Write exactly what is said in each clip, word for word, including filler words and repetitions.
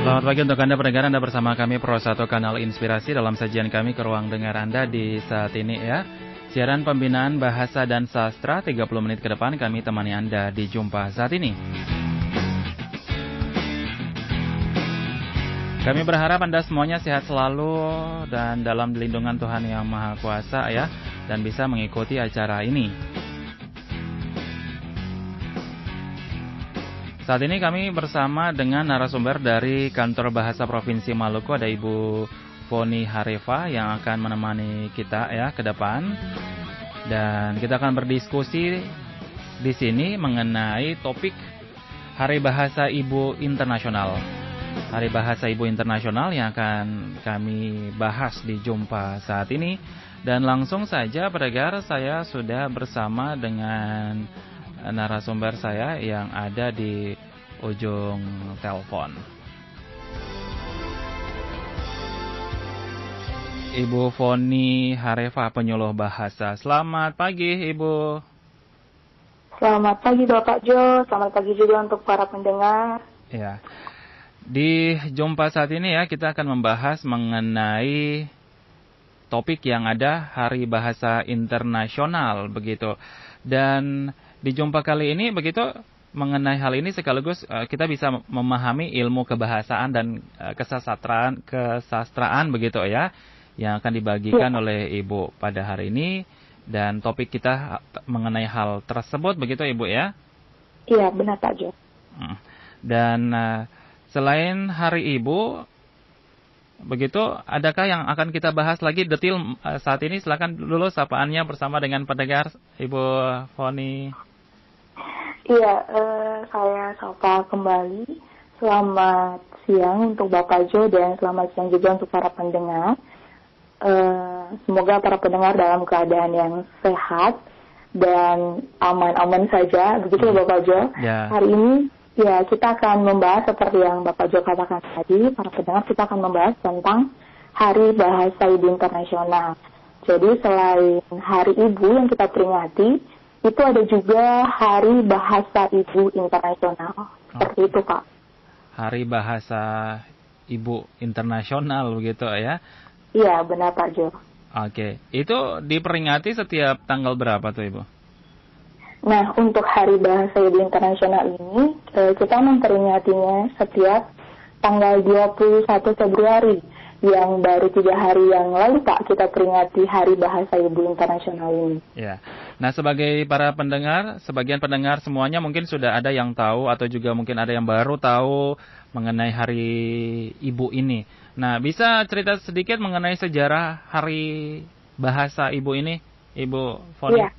Selamat pagi untuk Anda pendengar, Anda bersama kami Pro satu Kanal Inspirasi dalam sajian kami ke ruang dengar Anda di saat ini ya. Siaran pembinaan bahasa dan sastra tiga puluh menit ke depan kami temani Anda di Jumpa saat ini. Kami berharap Anda semuanya sehat selalu dan dalam lindungan Tuhan Yang Maha Kuasa ya, dan bisa mengikuti acara ini. Saat ini kami bersama dengan narasumber dari Kantor Bahasa Provinsi Maluku, ada Ibu Foni Harefa yang akan menemani kita ya ke depan. Dan kita akan berdiskusi di sini mengenai topik Hari Bahasa Ibu Internasional. Hari Bahasa Ibu Internasional yang akan kami bahas di Jumpa saat ini. Dan langsung saja pendengar, saya sudah bersama dengan narasumber saya yang ada di ujung telepon. Ibu Foni Harefa, penyuluh bahasa. Selamat pagi, Ibu. Selamat pagi, Bapak Jo. Selamat pagi juga untuk para pendengar. Ya. Di Jumpa saat ini ya, kita akan membahas mengenai topik yang ada Hari Bahasa Internasional begitu. Dan di Jumpa kali ini begitu mengenai hal ini sekaligus uh, kita bisa memahami ilmu kebahasaan dan uh, kesastraan kesastraan begitu ya, yang akan dibagikan ya oleh Ibu pada hari ini, dan topik kita mengenai hal tersebut begitu Ibu ya. Iya, benar Pak Jo. Dan uh, selain Hari Ibu begitu, adakah yang akan kita bahas lagi detail uh, saat ini? Silakan dulu sapaannya bersama dengan pendengar, Ibu Foni. Iya, eh, saya sapa kembali. Selamat siang untuk Bapak Jo dan selamat siang juga untuk para pendengar. Eh, semoga para pendengar dalam keadaan yang sehat dan aman-aman saja. Begitu hmm. Bapak Jo. Ya. Hari ini ya kita akan membahas seperti yang Bapak Jo katakan tadi. Para pendengar, kita akan membahas tentang Hari Bahasa Ibu Internasional. Jadi selain Hari Ibu yang kita peringati, itu ada juga Hari Bahasa Ibu Internasional. Seperti oh. itu, Pak. Hari Bahasa Ibu Internasional begitu ya? Iya, benar Pak Jo. Oke, itu diperingati setiap tanggal berapa tuh Ibu? Nah, untuk Hari Bahasa Ibu Internasional ini, kita memperingatinya setiap tanggal dua puluh satu Februari. Yang baru tiga hari yang lalu Pak, kita peringati Hari Bahasa Ibu Internasional ini. Ya. Nah, sebagai para pendengar, sebagian pendengar semuanya mungkin sudah ada yang tahu atau juga mungkin ada yang baru tahu mengenai Hari Ibu ini. Nah, bisa cerita sedikit mengenai sejarah Hari Bahasa Ibu ini, Ibu Foni? Iya.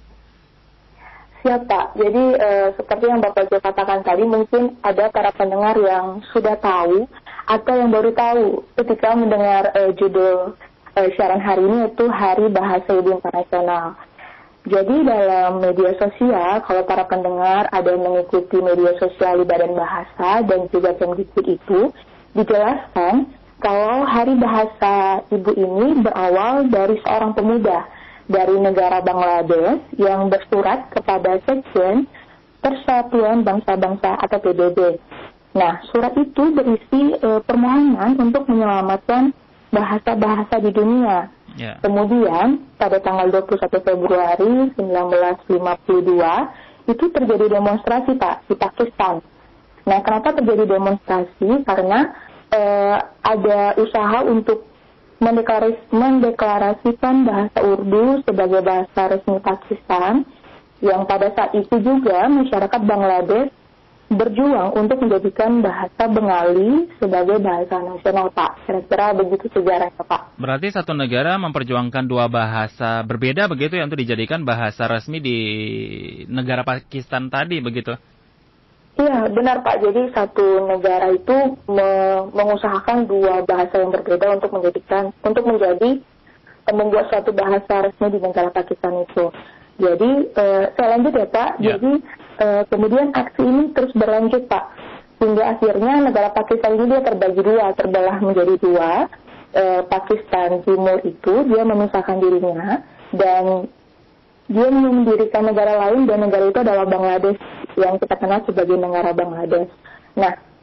Siap Pak. Jadi eh, seperti yang Bapak Jo katakan tadi, mungkin ada para pendengar yang sudah tahu atau yang baru tahu ketika mendengar uh, judul uh, siaran hari ini, yaitu Hari Bahasa Ibu Internasional. Jadi dalam media sosial, kalau para pendengar ada yang mengikuti media sosial di Badan Bahasa dan juga Kemdikbud itu, dijelaskan kalau Hari Bahasa Ibu ini berawal dari seorang pemuda dari negara Bangladesh yang bersurat kepada Sekjen Persatuan Bangsa-Bangsa atau P B B. Nah, surat itu berisi e, permohonan untuk menyelamatkan bahasa-bahasa di dunia. Yeah. Kemudian, pada tanggal dua puluh satu Februari seribu sembilan ratus lima puluh dua, itu terjadi demonstrasi Pak, di Pakistan. Nah, kenapa terjadi demonstrasi? Karena e, ada usaha untuk mendeklaris- mendeklarasikan bahasa Urdu sebagai bahasa resmi Pakistan, yang pada saat itu juga masyarakat Bangladesh berjuang untuk menjadikan bahasa Bengali sebagai bahasa nasional, Pak. Kira-kira begitu sejarahnya, Pak. Berarti satu negara memperjuangkan dua bahasa berbeda begitu yang untuk dijadikan bahasa resmi di negara Pakistan tadi, begitu? Iya, benar, Pak. Jadi satu negara itu me- mengusahakan dua bahasa yang berbeda untuk menjadikan untuk menjadi membuat suatu bahasa resmi di negara Pakistan itu. Jadi, eh, saya lanjut ya, Pak. Yeah. Jadi, eh, kemudian aksi ini terus berlanjut, Pak. Hingga akhirnya negara Pakistan ini dia terbagi dua, terbelah menjadi dua. Eh, Pakistan Timur itu dia memisahkan dirinya, dan dia mendirikan negara lain, dan negara itu adalah Bangladesh, yang kita kenal sebagai negara Bangladesh. Nah,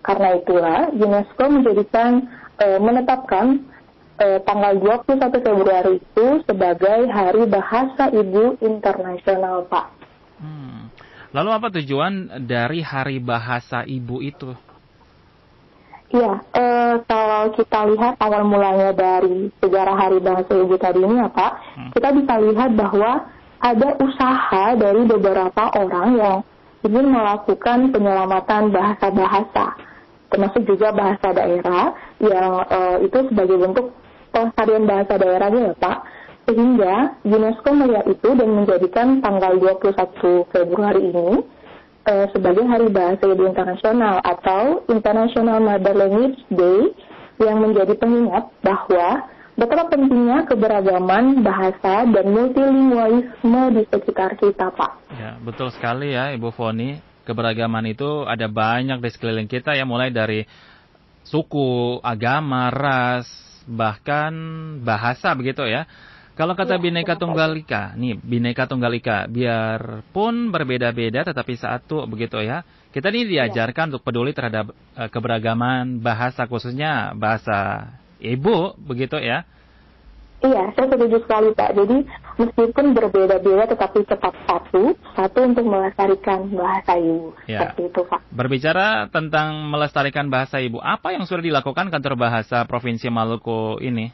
Karena itulah UNESCO menjadikan uh, menetapkan uh, tanggal dua puluh satu Februari itu sebagai Hari Bahasa Ibu Internasional, Pak. Hmm. Lalu apa tujuan dari Hari Bahasa Ibu itu? Iya, eh, kalau kita lihat awal mulanya dari sejarah Hari Bahasa Ibu tadi ini ya Pak, hmm. kita bisa lihat bahwa ada usaha dari beberapa orang yang ingin melakukan penyelamatan bahasa-bahasa, termasuk juga bahasa daerah yang eh, itu sebagai bentuk pelestarian bahasa daerahnya ya Pak. Sehingga UNESCO melihat itu dan menjadikan tanggal dua puluh satu Februari ini sebagai Hari Bahasa Ibu Internasional atau International Mother Language Day yang menjadi pengingat bahwa betapa pentingnya keberagaman bahasa dan multilingualisme di sekitar kita, Pak. Ya, betul sekali ya Ibu Foni. Keberagaman itu ada banyak di sekeliling kita ya, mulai dari suku, agama, ras, bahkan bahasa begitu ya. Kalau kata Bhinneka Tunggal Ika, nih Bhinneka Tunggal Ika, biarpun berbeda-beda tetapi satu begitu ya. Kita ini diajarkan untuk peduli terhadap uh, keberagaman bahasa, khususnya bahasa ibu, begitu ya. Iya, saya setuju sekali Pak. Jadi meskipun berbeda-beda tetapi tetap satu, satu untuk melestarikan bahasa ibu. Ya. Seperti itu Pak. Berbicara tentang melestarikan bahasa ibu, apa yang sudah dilakukan Kantor Bahasa Provinsi Maluku ini?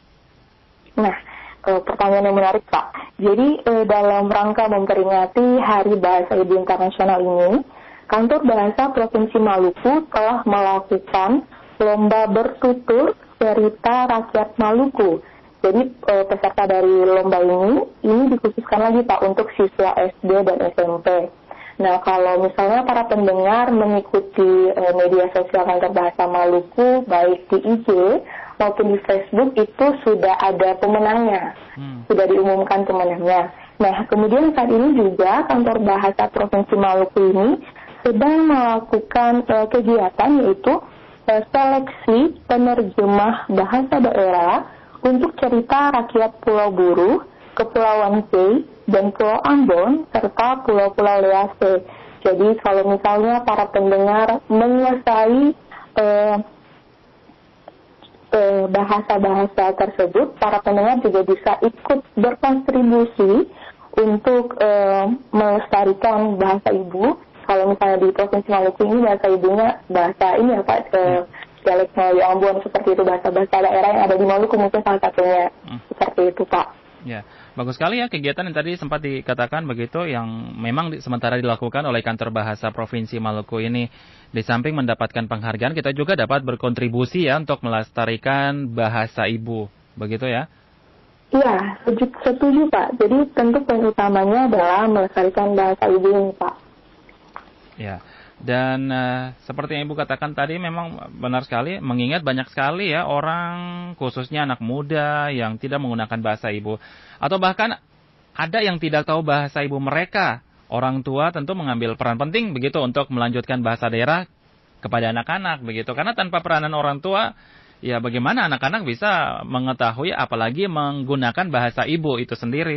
Nah, Uh, pertanyaan yang menarik Pak. Jadi uh, dalam rangka memperingati Hari Bahasa Ibu Internasional ini, Kantor Bahasa Provinsi Maluku telah melakukan lomba bertutur cerita rakyat Maluku. Jadi uh, peserta dari lomba ini, ini dikhususkan lagi Pak untuk siswa S D dan S M P. Nah kalau misalnya para pendengar mengikuti uh, media sosial Kantor Bahasa Maluku, baik di I G maupun di Facebook itu sudah ada pemenangnya, hmm. sudah diumumkan pemenangnya. Nah, kemudian saat ini juga Kantor Bahasa Provinsi Maluku ini sedang melakukan uh, kegiatan yaitu uh, seleksi penerjemah bahasa daerah untuk cerita rakyat Pulau Buru, Kepulauan K, dan Pulau Ambon, serta Pulau-Pulau Lease. Jadi kalau misalnya para pendengar menguasai uh, bahasa-bahasa tersebut, para pendengar juga bisa ikut berkontribusi untuk uh, melestarikan bahasa ibu. Kalau misalnya di Provinsi Maluku ini bahasa ibunya bahasa ini ya Pak, uh, dialek Melayu Ambon, seperti itu bahasa-bahasa daerah yang ada di Maluku mungkin salah satunya hmm. seperti itu Pak. Ya, bagus sekali ya kegiatan yang tadi sempat dikatakan begitu yang memang di, sementara dilakukan oleh Kantor Bahasa Provinsi Maluku ini. Di samping mendapatkan penghargaan, kita juga dapat berkontribusi ya untuk melestarikan bahasa ibu, begitu ya? Iya, setuju, setuju Pak. Jadi tentu poin utamanya adalah melestarikan bahasa ibu ini Pak. Ya. Dan uh, seperti yang Ibu katakan tadi memang benar sekali, mengingat banyak sekali ya orang, khususnya anak muda yang tidak menggunakan bahasa ibu. Atau bahkan ada yang tidak tahu bahasa ibu mereka. Orang tua tentu mengambil peran penting begitu untuk melanjutkan bahasa daerah kepada anak-anak begitu. Karena tanpa peranan orang tua, ya bagaimana anak-anak bisa mengetahui apalagi menggunakan bahasa ibu itu sendiri.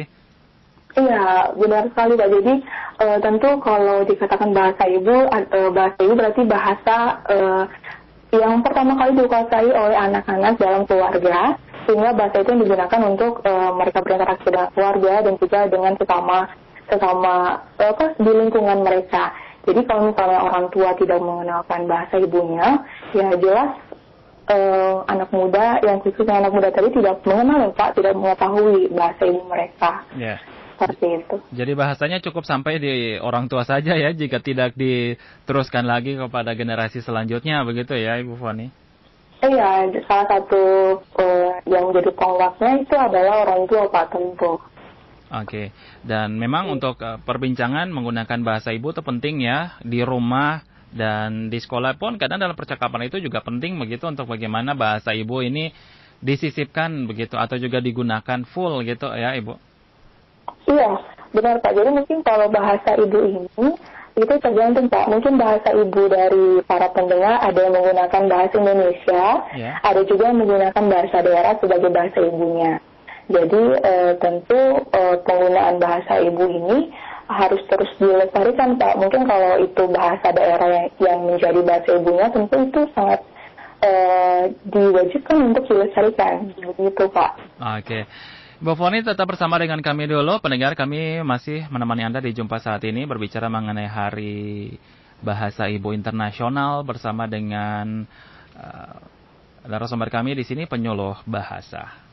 Iya, benar sekali Pak. Jadi uh, tentu kalau dikatakan bahasa ibu, uh, bahasa ibu berarti bahasa uh, yang pertama kali dikuasai oleh anak-anak dalam keluarga, sehingga bahasa itu yang digunakan untuk uh, mereka berinteraksi dengan keluarga dan juga dengan sesama sesama uh, apa di lingkungan mereka. Jadi kalau misalnya orang tua tidak mengenalkan bahasa ibunya, ya jelas uh, anak muda, yang khususnya anak muda tadi tidak mengenal Pak, tidak mengetahui bahasa ibu mereka. Yeah. Seperti itu. Jadi bahasanya cukup sampai di orang tua saja ya, jika tidak diteruskan lagi kepada generasi selanjutnya, begitu ya Ibu Foni? Iya, salah satu uh, yang menjadi tonggaknya itu adalah orang tua Pak tentu. Oke, dan memang hmm. untuk uh, perbincangan menggunakan bahasa ibu itu penting ya, di rumah dan di sekolah pun kadang dalam percakapan itu juga penting begitu untuk bagaimana bahasa ibu ini disisipkan begitu atau juga digunakan full gitu ya Ibu. Iya, benar Pak. Jadi mungkin kalau bahasa ibu ini itu tergantung Pak. Mungkin bahasa ibu dari para pendengar ada yang menggunakan bahasa Indonesia, yeah. ada juga yang menggunakan bahasa daerah sebagai bahasa ibunya. Jadi eh, tentu eh, penggunaan bahasa ibu ini harus terus dilestarikan Pak. Mungkin kalau itu bahasa daerah yang, yang menjadi bahasa ibunya, tentu itu sangat uh, diwajibkan untuk dilestarikan, begitu Pak. Oke, Bu Foni tetap bersama dengan kami dulu. Pendengar, kami masih menemani Anda di Jumpa saat ini berbicara mengenai Hari Bahasa Ibu Internasional bersama dengan uh, narasumber kami di sini, penyuluh bahasa.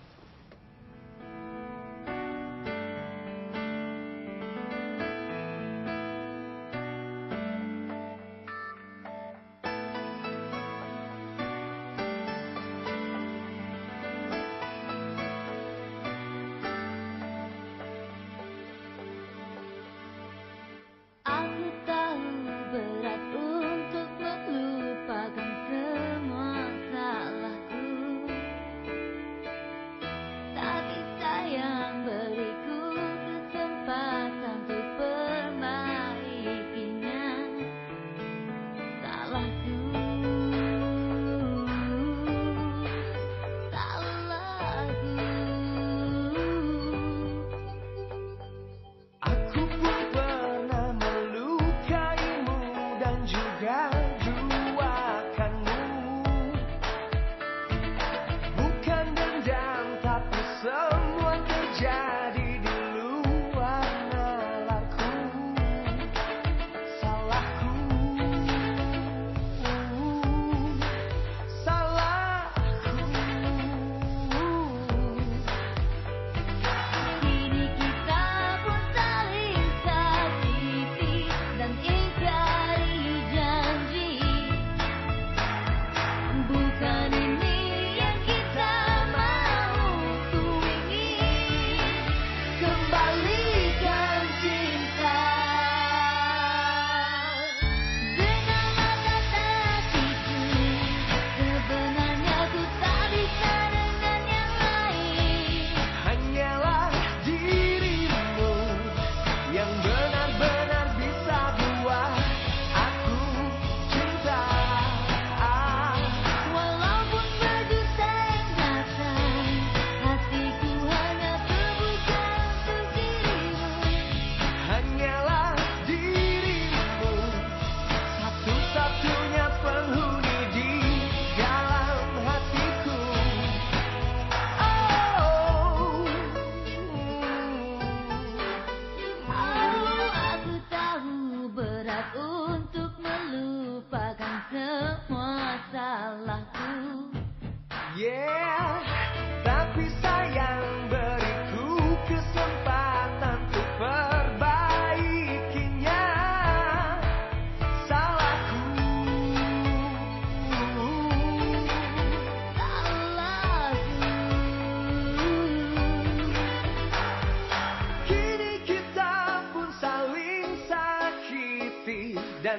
Dan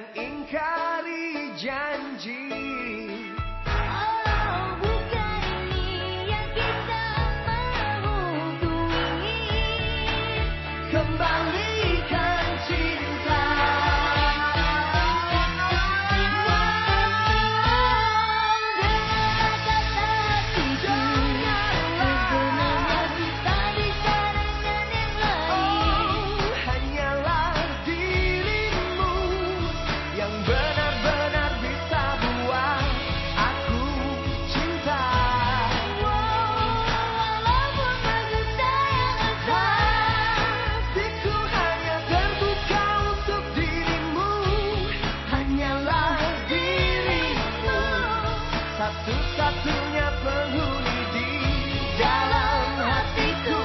ingkari janji. Oh, bukan ini yang kita mau, ku ingin kembalikan cinta. Satu-satunya penghuni di dalam hatiku.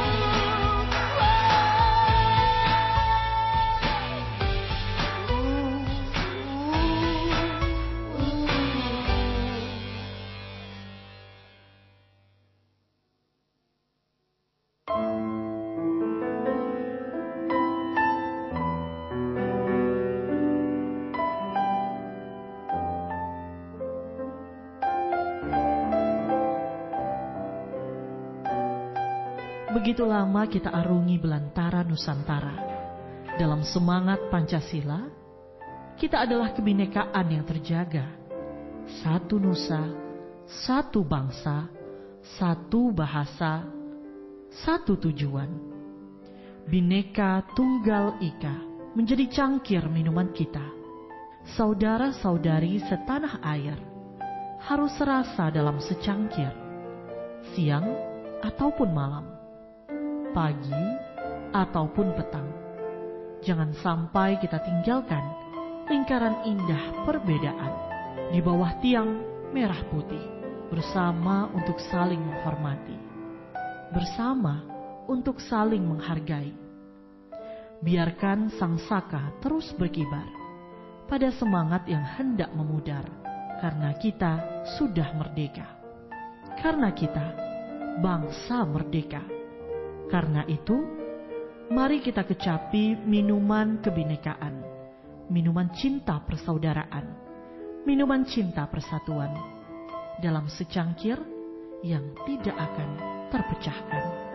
Begitu lama kita arungi belantara Nusantara. Dalam semangat Pancasila, kita adalah kebinekaan yang terjaga. Satu nusa, satu bangsa, satu bahasa, satu tujuan. Bhinneka Tunggal Ika menjadi cangkir minuman kita. Saudara-saudari setanah air harus serasa dalam secangkir, siang ataupun malam, pagi ataupun petang. Jangan sampai kita tinggalkan lingkaran indah perbedaan di bawah tiang merah putih, bersama untuk saling menghormati, bersama untuk saling menghargai. Biarkan sang saka terus berkibar pada semangat yang hendak memudar, karena kita sudah merdeka. Karena kita bangsa merdeka. Karena itu, mari kita kecapi minuman kebinekaan, minuman cinta persaudaraan, minuman cinta persatuan, dalam secangkir yang tidak akan terpecahkan.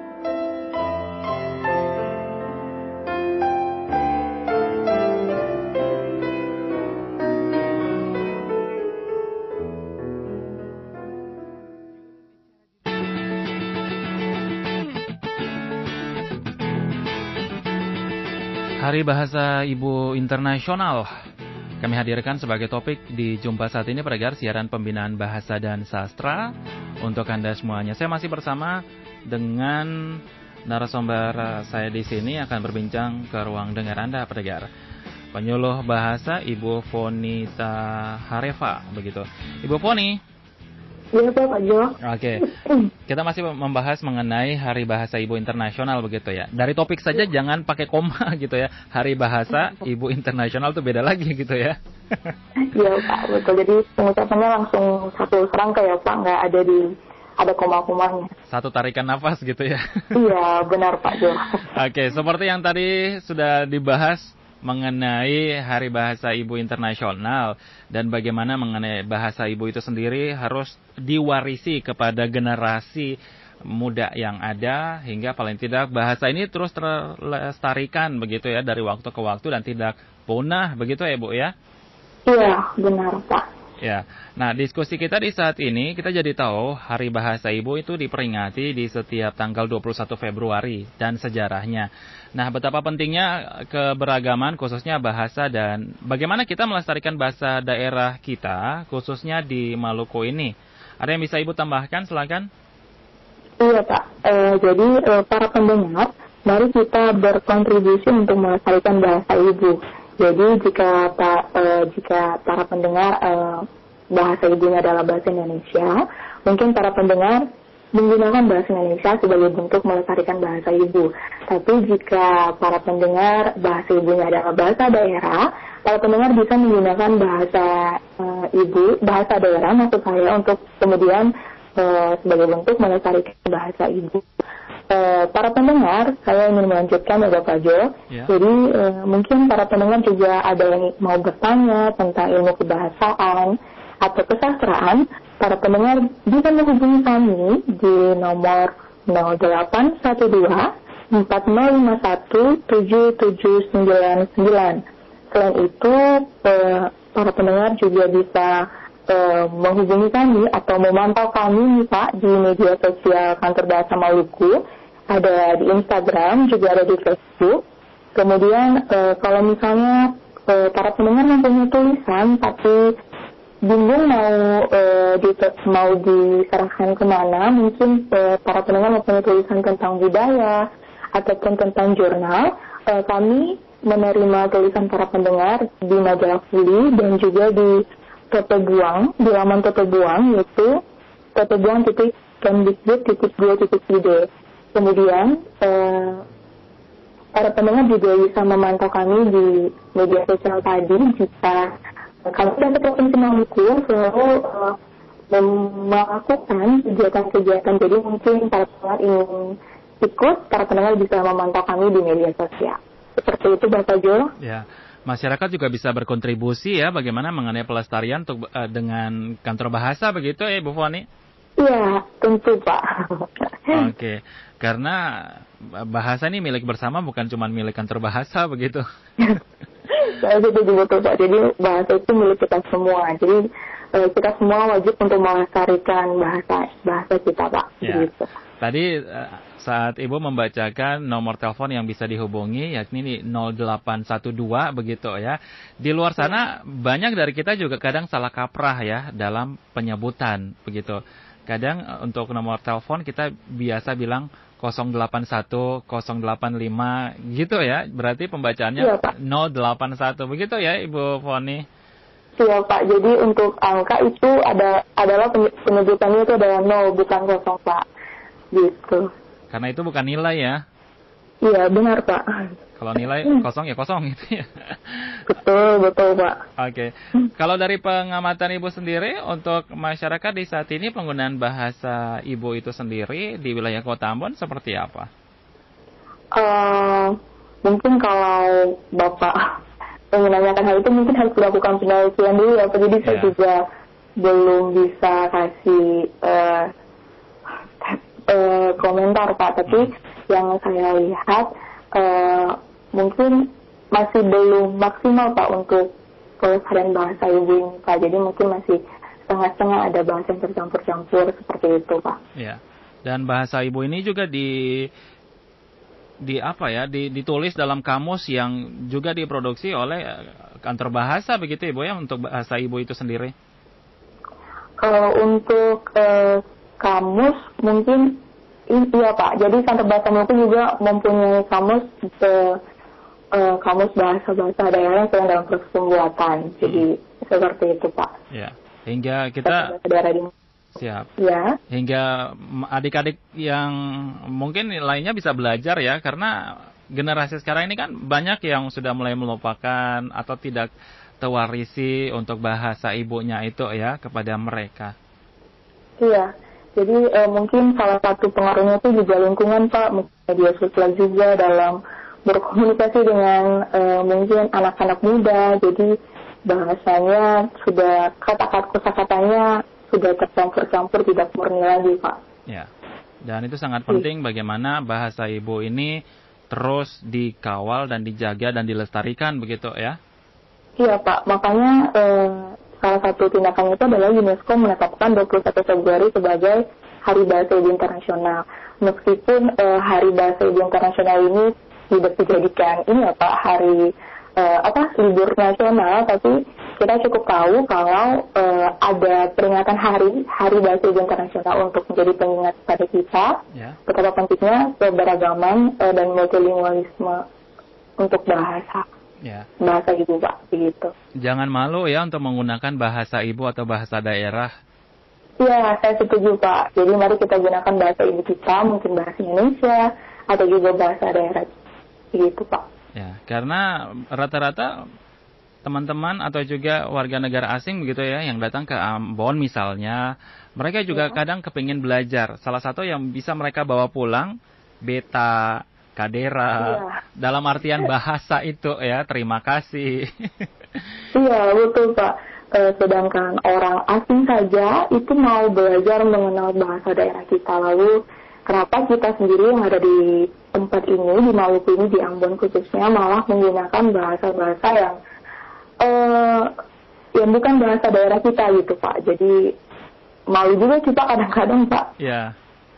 Hari Bahasa Ibu Internasional kami hadirkan sebagai topik di Jumpa saat ini pendengar siaran pembinaan bahasa dan sastra untuk Anda semuanya. Saya masih bersama dengan narasumber saya di sini akan berbincang ke ruang dengar Anda pendengar. Penyuluh bahasa Ibu Vonita Hareva begitu. Ibu Voni. Iya Pak Jo. Oke, kita masih membahas mengenai Hari Bahasa Ibu Internasional begitu ya. Dari topik saja jangan pakai koma gitu ya. Hari Bahasa Ibu Internasional itu beda lagi gitu ya. Iya Pak, betul. Jadi pengucapannya langsung satu serangka ya Pak, nggak ada di ada koma-komanya. Satu tarikan nafas gitu ya. Iya benar Pak Jo. Oke, seperti yang tadi sudah dibahas mengenai Hari Bahasa Ibu Internasional dan bagaimana mengenai bahasa ibu itu sendiri harus diwarisi kepada generasi muda yang ada hingga paling tidak bahasa ini terus terlestarikan begitu ya dari waktu ke waktu dan tidak punah begitu ya Bu ya? Iya benar Pak. Ya, nah diskusi kita di saat ini kita jadi tahu Hari Bahasa Ibu itu diperingati di setiap tanggal dua puluh satu Februari dan sejarahnya. Nah, betapa pentingnya keberagaman khususnya bahasa dan bagaimana kita melestarikan bahasa daerah kita khususnya di Maluku ini. Ada yang bisa Ibu tambahkan? Silakan. Iya Pak, e, jadi e, para pendengar, mari kita berkontribusi untuk melestarikan bahasa ibu. Jadi jika ta, e, jika para pendengar e, bahasa ibunya adalah bahasa Indonesia, mungkin para pendengar menggunakan bahasa Indonesia sebagai bentuk melestarikan bahasa ibu. Tapi jika para pendengar bahasa ibunya adalah bahasa daerah, para pendengar bisa menggunakan bahasa e, ibu, bahasa daerah maksud saya untuk kemudian e, sebagai bentuk melestarikan bahasa ibu. Uh, para pendengar, saya ingin melanjutkan ya Bapak Jo. Ya. Jadi uh, mungkin para pendengar juga ada yang mau bertanya tentang ilmu kebahasaan atau kesastraan. Para pendengar bisa menghubungi kami di nomor nol delapan satu dua empat nol lima satu tujuh tujuh sembilan sembilan. Selain itu, uh, para pendengar juga bisa Uh, menghubungi kami atau memantau kami nih Pak di media sosial Kantor Bahasa Maluku, ada di Instagram, juga ada di Facebook. Kemudian uh, kalau misalnya uh, para pendengar mempunyai tulisan tapi bingung mau uh, di, mau diserahkan kemana, mungkin uh, para pendengar mempunyai tulisan tentang budaya ataupun tentang jurnal, uh, kami menerima tulisan para pendengar di majalah Fuli dan juga di Toto Buang, di laman Toto Buang, yaitu Toto Buang titik kemdikbud titik dua titik id. Kemudian eh, para pendengar juga bisa memantau kami di media sosial tadi jika kami dari Provinsi Maluku selalu eh, melakukan kegiatan-kegiatan. Jadi mungkin para pendengar ingin ikut, para pendengar bisa memantau kami di media sosial. Seperti itu Bapak Jo. Ya. Masyarakat juga bisa berkontribusi ya bagaimana mengenai pelestarian untuk, uh, dengan kantor bahasa begitu ya Ibu Foni? Iya, tentu Pak. Oke, karena bahasa ini milik bersama bukan cuma milik kantor bahasa begitu. Saya setuju betul Pak. Jadi bahasa itu milik kita semua. Jadi eh, kita semua wajib untuk melestarikan bahasa bahasa kita, Pak. Ya. Gitu. Tadi eh, saat Ibu membacakan nomor telepon yang bisa dihubungi yakni di nol delapan satu dua begitu ya. Di luar sana banyak dari kita juga kadang salah kaprah ya dalam penyebutan begitu. Kadang eh, untuk nomor telepon kita biasa bilang nol delapan satu, nol delapan lima gitu ya. Berarti pembacaannya Iya, Pak. nol delapan satu begitu ya Ibu Foni. Iya, Pak. Jadi untuk angka itu ada adalah penye- penyebutannya itu adalah nol bukan kosong, Pak. Gitu. Karena itu bukan nilai ya. Iya, benar, Pak. Kalau nilai kosong ya kosong gitu ya. Betul, betul, Pak. Oke. Kalau dari pengamatan Ibu sendiri untuk masyarakat di saat ini penggunaan bahasa Ibu itu sendiri di wilayah Kota Ambon seperti apa? Eh, mungkin kalau Bapak menanyakan hal itu mungkin harus dilakukan penelitian dulu ya, Pak. Jadi saya Ya. juga belum bisa kasih eh, eh, komentar, Pak. Tapi yang saya lihat eh, mungkin masih belum maksimal, Pak, untuk pelestarian bahasa ibu ini, Pak. Jadi mungkin masih setengah-setengah, ada bahasa yang tercampur-campur seperti itu, Pak. Ya. Dan bahasa Ibu ini juga di di apa ya? Di, ditulis dalam kamus yang juga diproduksi oleh eh, kantor bahasa begitu Ibu ya untuk bahasa Ibu itu sendiri. Kalau untuk eh, kamus mungkin i- iya, Pak. Jadi kantor bahasa Maluku juga mempunyai kamus eh, eh, kamus bahasa-bahasa daerah yang sedang dalam proses pembuatan. Jadi seperti itu, Pak. Ya. Hingga kita Bahasa daerah di siap. ya. Hingga mm, adik-adik yang mungkin lainnya bisa belajar ya, karena generasi sekarang ini kan banyak yang sudah mulai melupakan atau tidak tewarisi untuk bahasa ibunya itu ya kepada mereka. Iya. Jadi eh, mungkin salah satu pengaruhnya itu juga lingkungan, Pak. Mungkin media sosial juga dalam berkomunikasi dengan eh, mungkin anak-anak muda. Jadi bahasanya sudah kata-kata kosakatanya sudah tercampur-campur, tidak murni lagi, Pak. Ya. Dan itu sangat penting bagaimana bahasa ibu ini terus dikawal dan dijaga dan dilestarikan begitu ya. Iya, Pak. Makanya eh, salah satu tindakannya itu adalah UNESCO menetapkan dua puluh satu Februari sebagai Hari Bahasa Ibu Internasional. Meskipun eh, Hari Bahasa Ibu Internasional ini tidak dijadikan ini ya, Pak, hari eh, apa libur nasional, tapi kita cukup tahu kalau eh, ada peringatan hari Hari Bahasa Ibu Internasional untuk menjadi pengingat pada kita Ya. betapa pentingnya keberagaman eh, dan multilingualisme untuk bahasa Ya. bahasa ibu, Pak, begitu. Jangan malu ya untuk menggunakan bahasa ibu atau bahasa daerah. Iya, saya setuju, Pak. Jadi mari kita gunakan bahasa ibu kita, mungkin bahasa Indonesia atau juga bahasa daerah, begitu, Pak. Ya, karena rata-rata teman-teman atau juga warga negara asing begitu ya yang datang ke Ambon misalnya, mereka juga Ya. kadang kepingin belajar. Salah satu yang bisa mereka bawa pulang beta, kadera, Iya. dalam artian bahasa itu ya, terima kasih. Iya, betul, Pak. Eh, sedangkan orang asing saja itu mau belajar mengenal bahasa daerah kita. Lalu kenapa kita sendiri yang ada di tempat ini, di Maluku ini, di Ambon khususnya, malah menggunakan bahasa-bahasa yang eh, yang bukan bahasa daerah kita gitu, Pak. Jadi malu juga sih, Pak, kadang-kadang, Pak. Ya.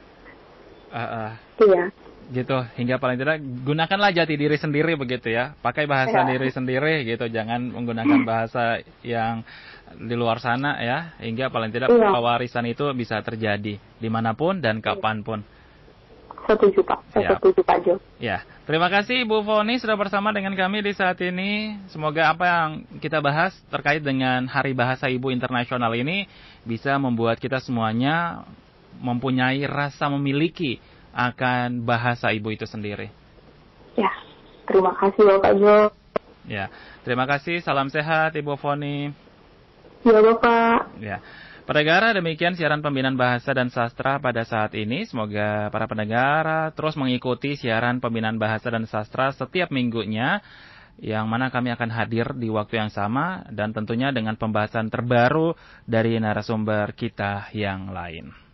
Uh, uh, Iya. gitu, hingga paling tidak gunakanlah jati diri sendiri begitu ya. Pakai bahasa Ya. diri sendiri gitu, jangan menggunakan bahasa yang di luar sana ya, hingga paling tidak Iya. pewarisan itu bisa terjadi dimanapun dan kapanpun. Setuju, Pak. Saya Siap. setuju, Pak Jo. Ya, terima kasih Ibu Foni sudah bersama dengan kami di saat ini. Semoga apa yang kita bahas terkait dengan Hari Bahasa Ibu Internasional ini bisa membuat kita semuanya mempunyai rasa memiliki akan bahasa ibu itu sendiri. Ya, terima kasih, Bapak Jo. Ya, terima kasih. Salam sehat Ibu Foni. Ya, Bapak. Ya. Pendengar, demikian siaran pembinaan bahasa dan sastra pada saat ini. Semoga para pendengar terus mengikuti siaran pembinaan bahasa dan sastra setiap minggunya, yang mana kami akan hadir di waktu yang sama dan tentunya dengan pembahasan terbaru dari narasumber kita yang lain.